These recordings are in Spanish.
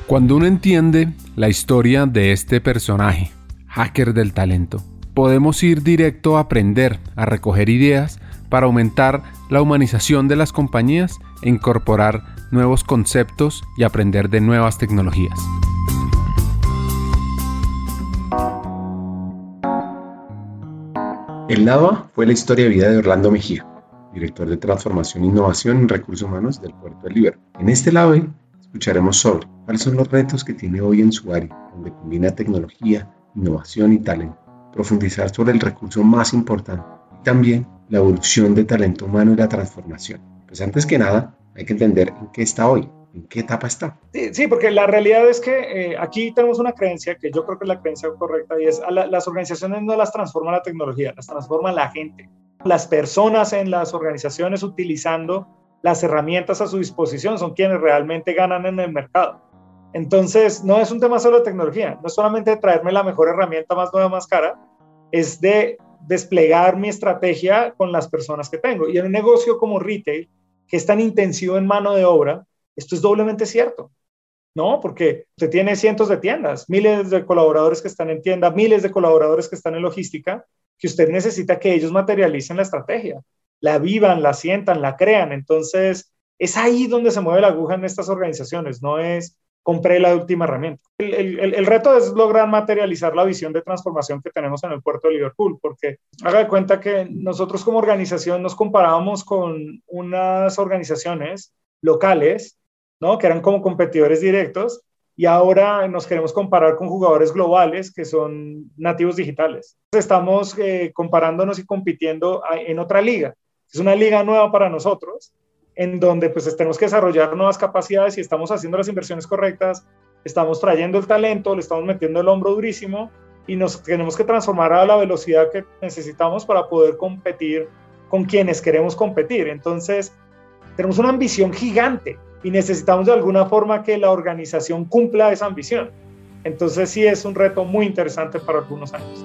Cuando uno entiende la historia de este personaje, hacker del talento, podemos ir directo a aprender, a recoger ideas para aumentar la humanización de las compañías e incorporar nuevos conceptos y aprender de nuevas tecnologías. El lado A fue la historia de vida de Orlando Mejía, director de Transformación e Innovación en Recursos Humanos del Puerto de Liberia. En este lado B escucharemos sobre cuáles son los retos que tiene hoy en su área, donde combina tecnología, innovación y talento. Profundizar sobre el recurso más importante y también la evolución de talento humano y la transformación. Pues antes que nada, hay que entender en qué está hoy, en qué etapa está. Sí, porque la realidad es que aquí tenemos una creencia que yo creo que es la creencia correcta y es las organizaciones no las transforma la tecnología, las transforma la gente. Las personas en las organizaciones utilizando las herramientas a su disposición son quienes realmente ganan en el mercado. Entonces, no es un tema solo de tecnología, no es solamente de traerme la mejor herramienta más nueva, más cara, es de desplegar mi estrategia con las personas que tengo. Y en un negocio como retail, que es tan intensivo en mano de obra, esto es doblemente cierto, ¿no? Porque usted tiene cientos de tiendas, miles de colaboradores que están en tienda, miles de colaboradores que están en logística, que usted necesita que ellos materialicen la estrategia, la vivan, la sientan, la crean. Entonces, es ahí donde se mueve la aguja en estas organizaciones, no es compré la última herramienta. El reto es lograr materializar la visión de transformación que tenemos en el puerto de Liverpool, porque haga de cuenta que nosotros como organización nos comparábamos con unas organizaciones locales, ¿no? Que eran como competidores directos, y ahora nos queremos comparar con jugadores globales que son nativos digitales. Estamos comparándonos y compitiendo en otra liga. Es una liga nueva para nosotros, en donde pues tenemos que desarrollar nuevas capacidades y estamos haciendo las inversiones correctas, estamos trayendo el talento, le estamos metiendo el hombro durísimo y nos tenemos que transformar a la velocidad que necesitamos para poder competir con quienes queremos competir. Entonces, tenemos una ambición gigante y necesitamos de alguna forma que la organización cumpla esa ambición. Entonces sí es un reto muy interesante para algunos años.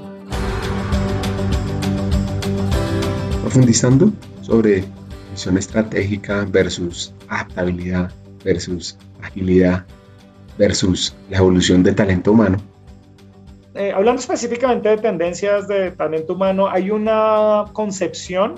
Profundizando sobre visión estratégica versus adaptabilidad versus agilidad versus la evolución de talento humano. Hablando específicamente de tendencias de talento humano, hay una concepción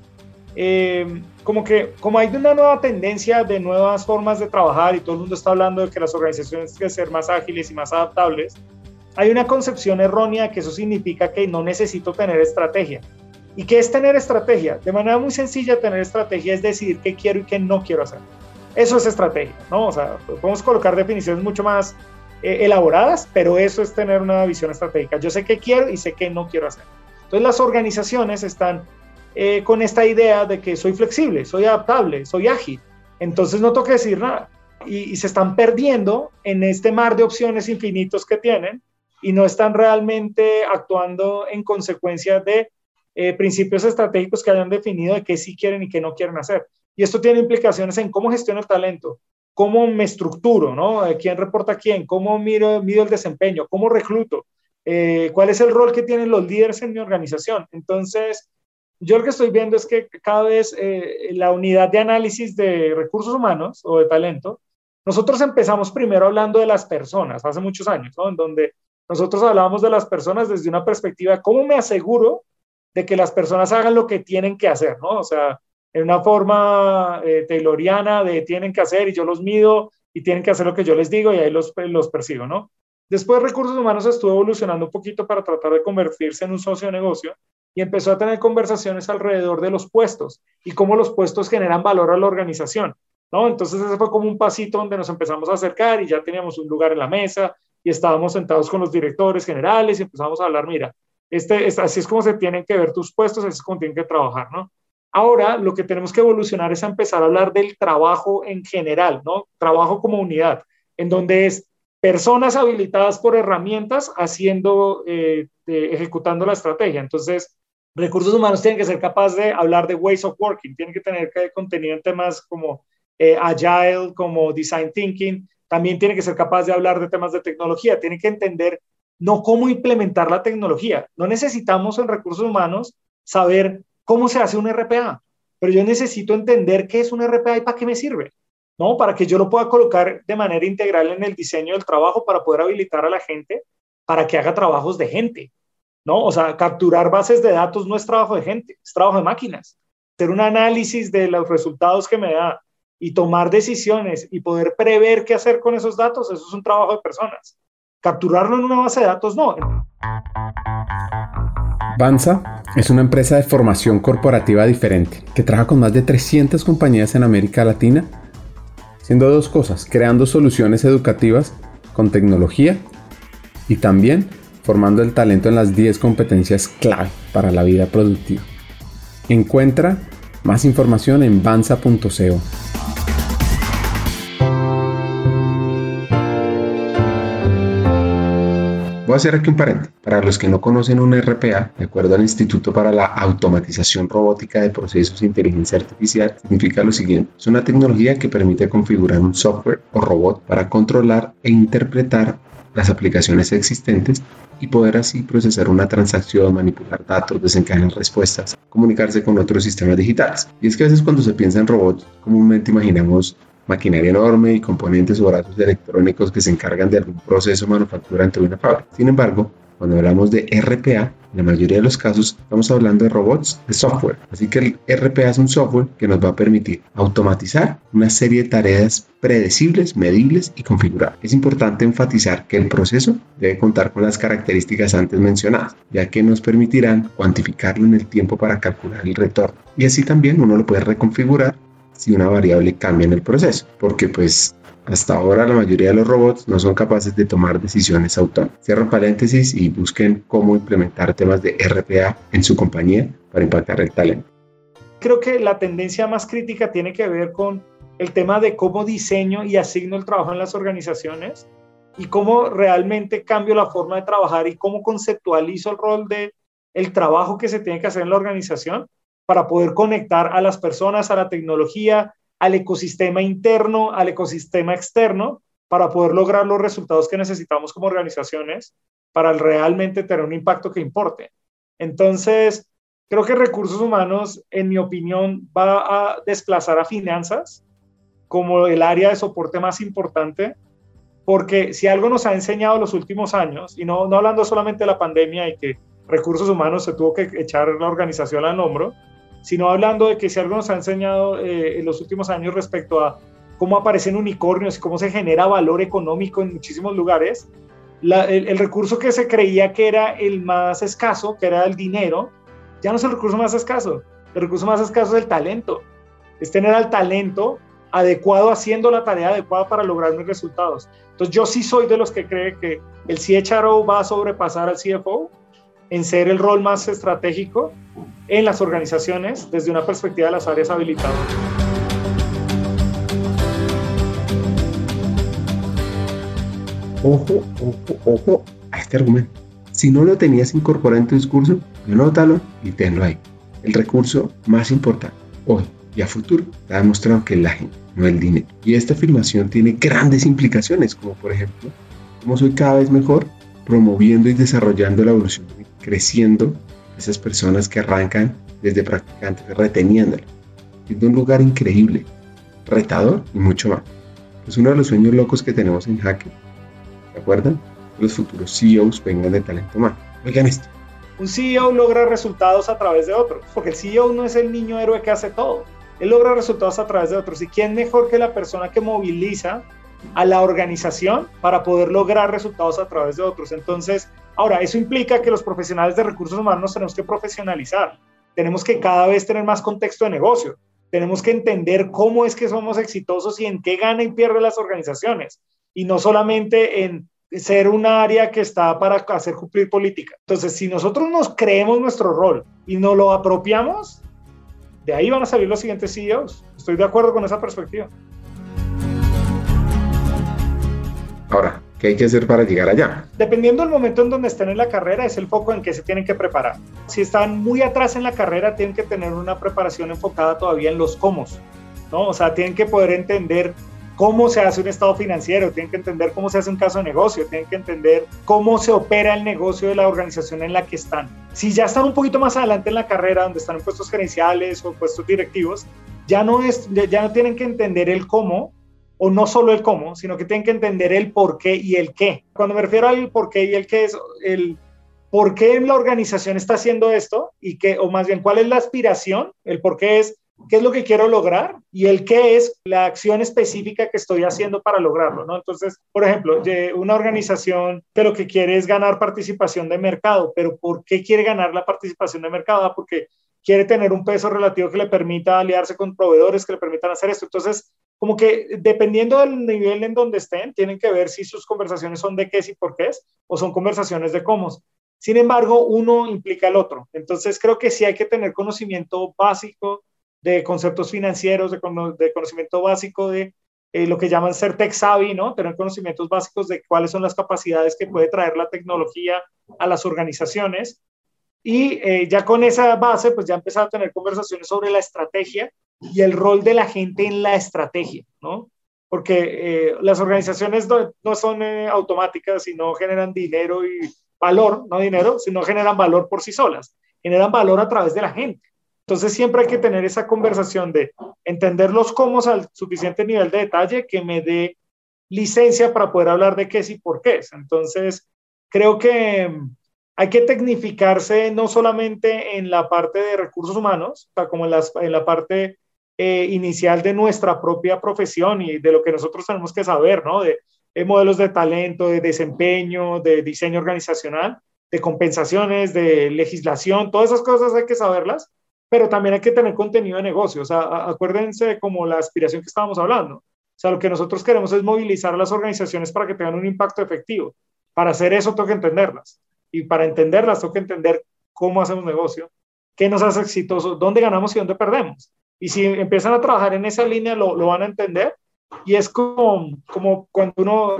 como hay una nueva tendencia de nuevas formas de trabajar y todo el mundo está hablando de que las organizaciones tienen que ser más ágiles y más adaptables. Hay una concepción errónea que eso significa que no necesito tener estrategia. ¿Y qué es tener estrategia? De manera muy sencilla, tener estrategia es decidir qué quiero y qué no quiero hacer. Eso es estrategia, ¿no? O sea, podemos colocar definiciones mucho más elaboradas, pero eso es tener una visión estratégica. Yo sé qué quiero y sé qué no quiero hacer. Entonces las organizaciones están con esta idea de que soy flexible, soy adaptable, soy ágil, entonces no tengo que decir nada. Y se están perdiendo en este mar de opciones infinitos que tienen y no están realmente actuando en consecuencia de principios estratégicos que hayan definido de qué sí quieren y qué no quieren hacer. Y esto tiene implicaciones en cómo gestiono el talento, cómo me estructuro, ¿no? ¿Quién reporta a quién? ¿Cómo mido el desempeño? ¿Cómo recluto? ¿Cuál es el rol que tienen los líderes en mi organización? Entonces, yo lo que estoy viendo es que cada vez la unidad de análisis de recursos humanos o de talento, nosotros empezamos primero hablando de las personas, hace muchos años, ¿no? En donde nosotros hablábamos de las personas desde una perspectiva de cómo me aseguro de que las personas hagan lo que tienen que hacer, ¿no? O sea, en una forma tayloriana de tienen que hacer y yo los mido y tienen que hacer lo que yo les digo y ahí los persigo, ¿no? Después recursos humanos estuvo evolucionando un poquito para tratar de convertirse en un socio de negocio y empezó a tener conversaciones alrededor de los puestos y cómo los puestos generan valor a la organización, ¿no? Entonces ese fue como un pasito donde nos empezamos a acercar y ya teníamos un lugar en la mesa y estábamos sentados con los directores generales y empezamos a hablar, mira, así es como se tienen que ver tus puestos, así es como tienen que trabajar, ¿no? Ahora lo que tenemos que evolucionar es a empezar a hablar del trabajo en general, ¿no? Trabajo como unidad, en donde es personas habilitadas por herramientas ejecutando la estrategia. Entonces, recursos humanos tienen que ser capaces de hablar de ways of working, tienen que tener contenido en temas como agile, como design thinking, también tienen que ser capaces de hablar de temas de tecnología, tienen que entender no cómo implementar la tecnología. No necesitamos en recursos humanos saber cómo se hace un RPA, pero yo necesito entender qué es un RPA y para qué me sirve. ¿no? Para que yo lo pueda colocar de manera integral en el diseño del trabajo para poder habilitar a la gente para que haga trabajos de gente, ¿no? O sea, capturar bases de datos no es trabajo de gente, es trabajo de máquinas. Hacer un análisis de los resultados que me da y tomar decisiones y poder prever qué hacer con esos datos, eso es un trabajo de personas. Capturarlo en una base de datos, no. Vanza es una empresa de formación corporativa diferente que trabaja con más de 300 compañías en América Latina, haciendo dos cosas: creando soluciones educativas con tecnología y también formando el talento en las 10 competencias clave para la vida productiva. Encuentra más información en vanza.co. Voy a hacer aquí un paréntesis. Para los que no conocen un RPA, de acuerdo al Instituto para la Automatización Robótica de Procesos e Inteligencia Artificial, significa lo siguiente: es una tecnología que permite configurar un software o robot para controlar e interpretar las aplicaciones existentes y poder así procesar una transacción, manipular datos, desencadenar respuestas, comunicarse con otros sistemas digitales. Y es que a veces cuando se piensa en robots, comúnmente imaginamos maquinaria enorme y componentes o brazos electrónicos que se encargan de algún proceso o manufactura dentro de una fábrica. Sin embargo, cuando hablamos de RPA, en la mayoría de los casos estamos hablando de robots de software. Así que el RPA es un software que nos va a permitir automatizar una serie de tareas predecibles, medibles y configurables. Es importante enfatizar que el proceso debe contar con las características antes mencionadas, ya que nos permitirán cuantificarlo en el tiempo para calcular el retorno. Y así también uno lo puede reconfigurar si una variable cambia en el proceso, porque pues hasta ahora la mayoría de los robots no son capaces de tomar decisiones autónomas. Cierro paréntesis y busquen cómo implementar temas de RPA en su compañía para impactar el talento. Creo que la tendencia más crítica tiene que ver con el tema de cómo diseño y asigno el trabajo en las organizaciones y cómo realmente cambio la forma de trabajar y cómo conceptualizo el rol de el trabajo que se tiene que hacer en la organización para poder conectar a las personas, a la tecnología, al ecosistema interno, al ecosistema externo, para poder lograr los resultados que necesitamos como organizaciones para realmente tener un impacto que importe. Entonces, creo que recursos humanos, en mi opinión, va a desplazar a finanzas como el área de soporte más importante, porque si algo nos ha enseñado los últimos años, y no hablando solamente de la pandemia y que recursos humanos se tuvo que echar la organización al hombro, sino hablando de que si algo nos ha enseñado en los últimos años respecto a cómo aparecen unicornios y cómo se genera valor económico en muchísimos lugares, el recurso que se creía que era el más escaso, que era el dinero, ya no es el recurso más escaso. El recurso más escaso es el talento. Es tener al talento adecuado haciendo la tarea adecuada para lograr mis resultados. Entonces yo sí soy de los que cree que el CHRO va a sobrepasar al CFO en ser el rol más estratégico en las organizaciones desde una perspectiva de las áreas habilitadoras. Ojo a este argumento. Si no lo tenías incorporado en tu discurso, anótalo y tenlo ahí. El recurso más importante hoy y a futuro ha demostrado que es la gente, no el dinero. Y esta afirmación tiene grandes implicaciones, como por ejemplo, cómo soy cada vez mejor promoviendo y desarrollando la evolución, creciendo esas personas que arrancan desde practicantes, reteniéndolas, siendo un lugar increíble, retador y mucho más. Es uno de los sueños locos que tenemos en Hacker. ¿Se acuerdan? Los futuros CEOs vengan de talento humano. Oigan esto. Un CEO logra resultados a través de otros, porque el CEO no es el niño héroe que hace todo. Él logra resultados a través de otros. ¿Y quién mejor que la persona que moviliza a la organización para poder lograr resultados a través de otros? Entonces, ahora, eso implica que los profesionales de recursos humanos nos tenemos que profesionalizar. Tenemos que cada vez tener más contexto de negocio. Tenemos que entender cómo es que somos exitosos y en qué gana y pierde las organizaciones. Y no solamente en ser un área que está para hacer cumplir política. Entonces, si nosotros nos creemos nuestro rol y nos lo apropiamos, de ahí van a salir los siguientes CEOs. Estoy de acuerdo con esa perspectiva. Ahora, ¿qué hay que hacer para llegar allá? Dependiendo del momento en donde estén en la carrera, es el foco en que se tienen que preparar. Si están muy atrás en la carrera, tienen que tener una preparación enfocada todavía en los cómo, ¿no? O sea, tienen que poder entender cómo se hace un estado financiero, tienen que entender cómo se hace un caso de negocio, tienen que entender cómo se opera el negocio de la organización en la que están. Si ya están un poquito más adelante en la carrera, donde están en puestos gerenciales o puestos directivos, ya no tienen que entender el cómo, o no solo el cómo, sino que tienen que entender el por qué y el qué. Cuando me refiero al por qué y el qué, es el por qué la organización está haciendo esto, y qué, o más bien, cuál es la aspiración. El por qué es qué es lo que quiero lograr, y el qué es la acción específica que estoy haciendo para lograrlo, ¿no? Entonces, por ejemplo, una organización que lo que quiere es ganar participación de mercado, pero ¿por qué quiere ganar la participación de mercado? Porque quiere tener un peso relativo que le permita aliarse con proveedores que le permitan hacer esto. Entonces, como que dependiendo del nivel en donde estén, tienen que ver si sus conversaciones son de qué y por qué es, o son conversaciones de cómo. Sin embargo, uno implica el otro. Entonces, creo que sí hay que tener conocimiento básico de conceptos financieros, de conocimiento básico de lo que llaman ser tech savvy, ¿no? Tener conocimientos básicos de cuáles son las capacidades que puede traer la tecnología a las organizaciones. Y ya con esa base, pues ya empezar a tener conversaciones sobre la estrategia y el rol de la gente en la estrategia, ¿no? Porque las organizaciones no son automáticas, sino generan dinero y valor, no dinero, sino generan valor por sí solas, generan valor a través de la gente. Entonces siempre hay que tener esa conversación de entender los cómo al suficiente nivel de detalle que me dé licencia para poder hablar de qué es y por qué es. Entonces creo que hay que tecnificarse no solamente en la parte de recursos humanos, o sea, como en la parte inicial de nuestra propia profesión y de lo que nosotros tenemos que saber, ¿no? De modelos de talento, de desempeño, de diseño organizacional, de compensaciones, de legislación, todas esas cosas hay que saberlas, pero también hay que tener contenido de negocio. O sea, acuérdense como la aspiración que estábamos hablando. O sea, lo que nosotros queremos es movilizar a las organizaciones para que tengan un impacto efectivo. Para hacer eso tengo que entenderlas. Y para entenderlas tengo que entender cómo hacemos negocio, qué nos hace exitosos, dónde ganamos y dónde perdemos. Y si empiezan a trabajar en esa línea, lo van a entender. Y es como cuando uno,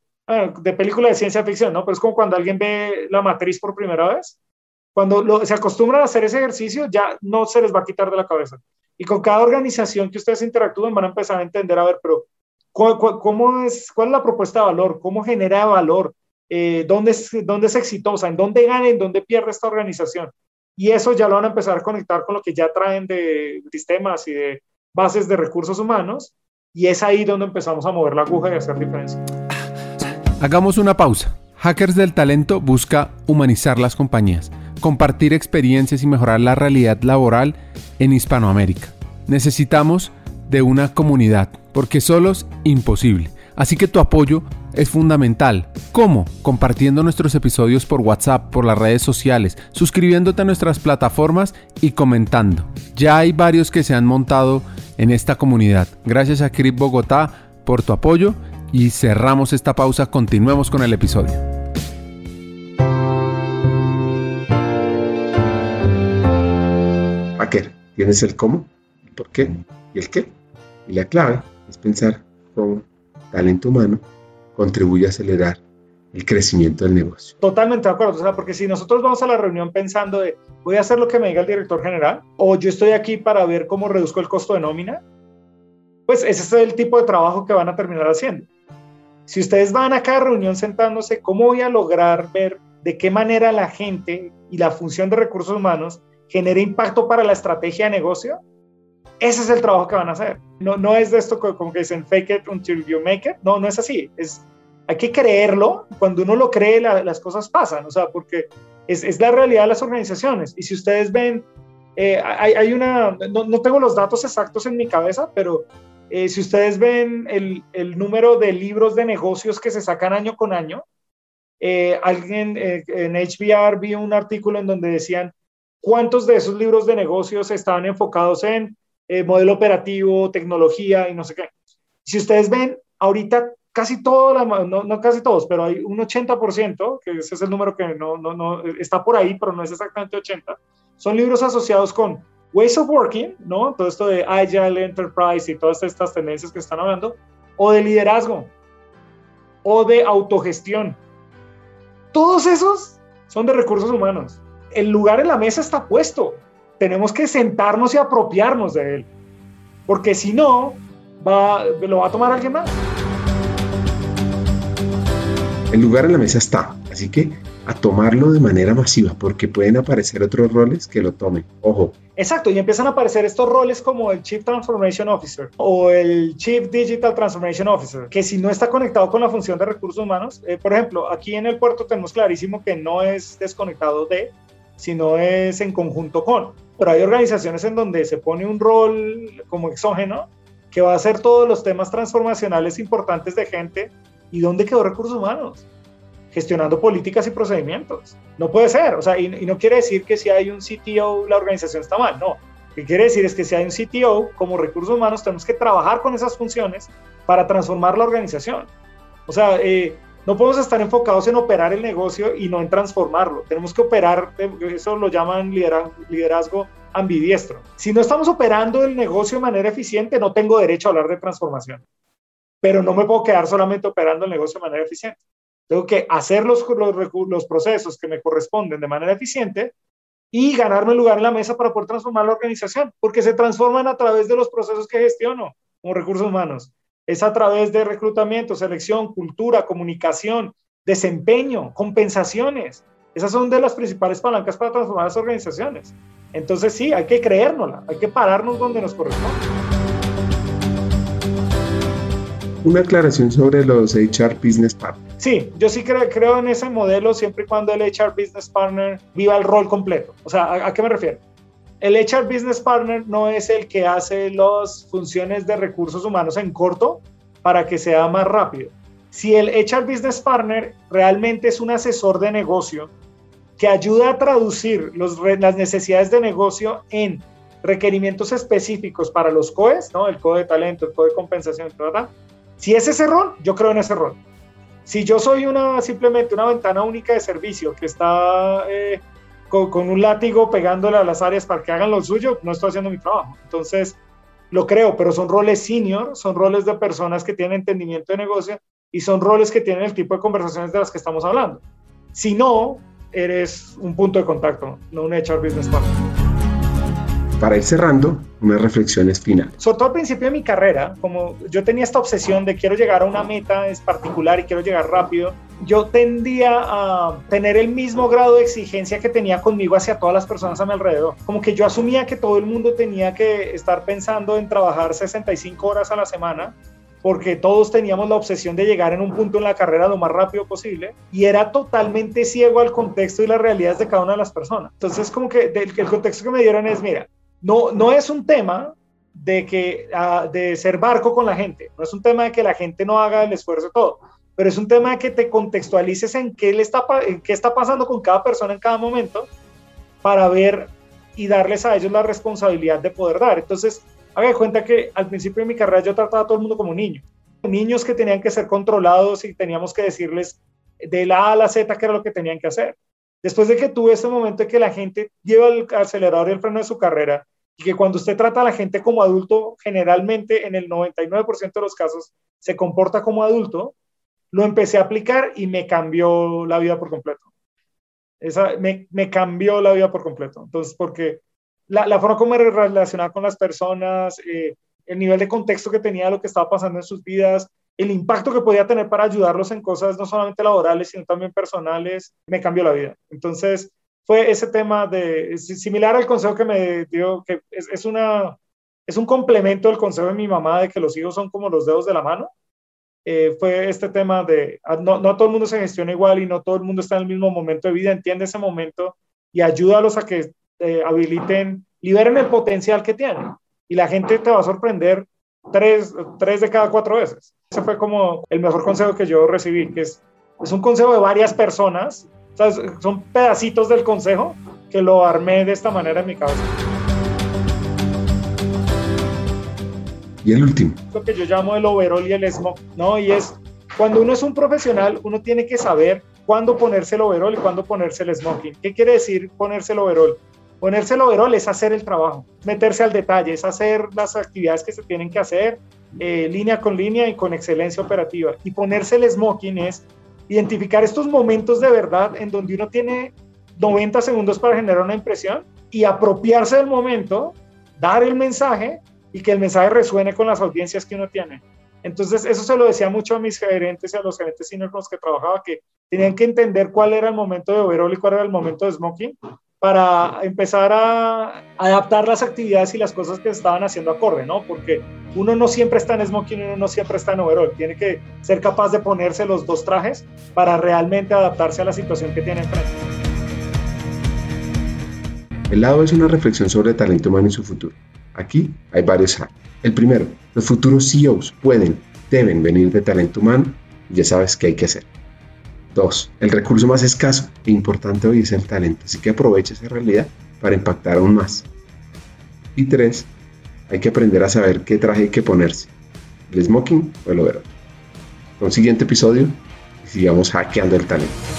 de película de ciencia ficción, ¿no? Pero es como cuando alguien ve La Matriz por primera vez. Cuando se acostumbran a hacer ese ejercicio, ya no se les va a quitar de la cabeza. Y con cada organización que ustedes interactúen van a empezar a entender, a ver, pero ¿cuál es la propuesta de valor? ¿Cómo genera valor? ¿Dónde es exitosa? ¿En dónde gana? ¿En dónde pierde esta organización? Y eso ya lo van a empezar a conectar con lo que ya traen de sistemas y de bases de recursos humanos. Y es ahí donde empezamos a mover la aguja y a hacer diferencia. Hagamos una pausa. Hackers del Talento busca humanizar las compañías, compartir experiencias y mejorar la realidad laboral en Hispanoamérica. Necesitamos de una comunidad, porque solos imposible. Así que tu apoyo es fundamental. ¿Cómo? Compartiendo nuestros episodios por WhatsApp, por las redes sociales, suscribiéndote a nuestras plataformas y comentando. Ya hay varios que se han montado en esta comunidad. Gracias a CRIP Bogotá por tu apoyo y cerramos esta pausa. Continuemos con el episodio. Hacker, tienes el cómo, el por qué y el qué. Y la clave es pensar cómo talento humano contribuye a acelerar el crecimiento del negocio. Totalmente de acuerdo, o sea, porque si nosotros vamos a la reunión pensando de voy a hacer lo que me diga el director general, o yo estoy aquí para ver cómo reduzco el costo de nómina, pues ese es el tipo de trabajo que van a terminar haciendo. Si ustedes van a cada reunión sentándose, ¿cómo voy a lograr ver de qué manera la gente y la función de recursos humanos genera impacto para la estrategia de negocio? Ese es el trabajo que van a hacer. No es de esto como que dicen fake it until you make it. No es así. Hay que creerlo. Cuando uno lo cree, las cosas pasan. O sea, porque es la realidad de las organizaciones. Y si ustedes ven, no tengo los datos exactos en mi cabeza, pero si ustedes ven el número de libros de negocios que se sacan año con año, alguien en HBR vi un artículo en donde decían cuántos de esos libros de negocios estaban enfocados en modelo operativo, tecnología y no sé qué. Si ustedes ven, ahorita casi todo, no casi todos, pero hay un 80%, que ese es el número que no está por ahí, pero no es exactamente 80, son libros asociados con ways of working, ¿no? Todo esto de agile, enterprise y todas estas tendencias que están hablando, o de liderazgo, o de autogestión. Todos esos son de recursos humanos. El lugar en la mesa está puesto. Tenemos que sentarnos y apropiarnos de él, porque si no, lo va a tomar alguien más. El lugar en la mesa está, así que a tomarlo de manera masiva, porque pueden aparecer otros roles que lo tomen. Ojo. Exacto, y empiezan a aparecer estos roles como el Chief Transformation Officer o el Chief Digital Transformation Officer, que si no está conectado con la función de recursos humanos, por ejemplo, aquí en el puerto tenemos clarísimo que no es desconectado de, sino es en conjunto con. Pero hay organizaciones en donde se pone un rol como exógeno que va a hacer todos los temas transformacionales importantes de gente. ¿Y dónde quedó recursos humanos? Gestionando políticas y procedimientos. No puede ser, o sea, y no quiere decir que si hay un CTO la organización está mal, no. Lo que quiere decir es que si hay un CTO, como recursos humanos, tenemos que trabajar con esas funciones para transformar la organización. O sea, no podemos estar enfocados en operar el negocio y no en transformarlo. Tenemos que operar, eso lo llaman liderazgo ambidiestro. Si no estamos operando el negocio de manera eficiente, no tengo derecho a hablar de transformación. Pero no me puedo quedar solamente operando el negocio de manera eficiente. Tengo que hacer los procesos que me corresponden de manera eficiente y ganarme el lugar en la mesa para poder transformar la organización, porque se transforman a través de los procesos que gestiono como recursos humanos. Es a través de reclutamiento, selección, cultura, comunicación, desempeño, compensaciones. Esas son de las principales palancas para transformar las organizaciones. Entonces sí, hay que creérnosla, hay que pararnos donde nos corresponde. Una aclaración sobre los HR Business Partners. Sí, yo sí creo en ese modelo siempre y cuando el HR Business Partner viva el rol completo. O sea, ¿a qué me refiero? El HR Business Partner no es el que hace las funciones de recursos humanos en corto para que sea más rápido. Si el HR Business Partner realmente es un asesor de negocio que ayuda a traducir las necesidades de negocio en requerimientos específicos para los COEs, ¿no? El COE de talento, el COE de compensación, ¿verdad? Si es ese rol, yo creo en ese rol. Si yo soy simplemente una ventana única de servicio que está con un látigo pegándole a las áreas para que hagan lo suyo, no estoy haciendo mi trabajo. Entonces, lo creo, pero son roles senior, son roles de personas que tienen entendimiento de negocio y son roles que tienen el tipo de conversaciones de las que estamos hablando. Si no, eres un punto de contacto, no un HR Business Partner. Para ir cerrando, unas reflexiones finales. Sobre todo al principio de mi carrera, como yo tenía esta obsesión de quiero llegar a una meta en particular y quiero llegar rápido, yo tendía a tener el mismo grado de exigencia que tenía conmigo hacia todas las personas a mi alrededor. Como que yo asumía que todo el mundo tenía que estar pensando en trabajar 65 horas a la semana, porque todos teníamos la obsesión de llegar en un punto en la carrera lo más rápido posible y era totalmente ciego al contexto y las realidades de cada una de las personas. Entonces, como que el contexto que me dieron es, mira, no es un tema de ser barco con la gente, no es un tema de que la gente no haga el esfuerzo y todo, pero es un tema de que te contextualices en qué está pasando con cada persona en cada momento para ver y darles a ellos la responsabilidad de poder dar. Entonces, haga de cuenta que al principio de mi carrera yo trataba a todo el mundo como niños que tenían que ser controlados y teníamos que decirles de la A a la Z qué era lo que tenían que hacer. Después de que tuve ese momento de que la gente lleva el acelerador y el freno de su carrera y que cuando usted trata a la gente como adulto, generalmente en el 99% de los casos se comporta como adulto, lo empecé a aplicar y me cambió la vida por completo. Me cambió la vida por completo. Entonces, porque la forma como me relacionaba con las personas, el nivel de contexto que tenía de lo que estaba pasando en sus vidas, el impacto que podía tener para ayudarlos en cosas no solamente laborales, sino también personales, me cambió la vida. Entonces, fue ese tema similar al consejo que me dio, que es un complemento del consejo de mi mamá de que los hijos son como los dedos de la mano. Fue este tema de no todo el mundo se gestiona igual y no todo el mundo está en el mismo momento de vida, entiende ese momento y ayúdalos a que liberen el potencial que tienen. Y la gente te va a sorprender 3 de cada 4 veces. Ese fue como el mejor consejo que yo recibí, que es un consejo de varias personas, o sea, son pedacitos del consejo que lo armé de esta manera en mi cabeza. Y el último. Lo que yo llamo el overall y el smoke, ¿no? Y es, cuando uno es un profesional, uno tiene que saber cuándo ponerse el overall y cuándo ponerse el smoking. ¿Qué quiere decir ponerse el overall? Ponerse el overall es hacer el trabajo, meterse al detalle, es hacer las actividades que se tienen que hacer línea con línea y con excelencia operativa. Y ponerse el smoking es identificar estos momentos de verdad en donde uno tiene 90 segundos para generar una impresión y apropiarse del momento, dar el mensaje y que el mensaje resuene con las audiencias que uno tiene. Entonces, eso se lo decía mucho a mis gerentes y a los gerentes senior con los que trabajaba, que Tenían que entender cuál era el momento de overall y cuál era el momento de smoking para empezar a adaptar las actividades y las cosas que estaban haciendo acorde, ¿no? Porque uno no siempre está en smoking y uno no siempre está en overall. Tiene que ser capaz de ponerse los dos trajes para realmente adaptarse a la situación que tiene enfrente. El lado es una reflexión sobre el talento humano y su futuro. Aquí hay varios hacks. El primero, los futuros CEOs deben venir de talento humano y ya sabes qué hay que hacer. 2. El recurso más escaso e importante hoy es el talento, así que aprovecha esa realidad para impactar aún más. Y 3. Hay que aprender a saber qué traje hay que ponerse, el smoking o el overall. Con siguiente episodio y sigamos hackeando el talento.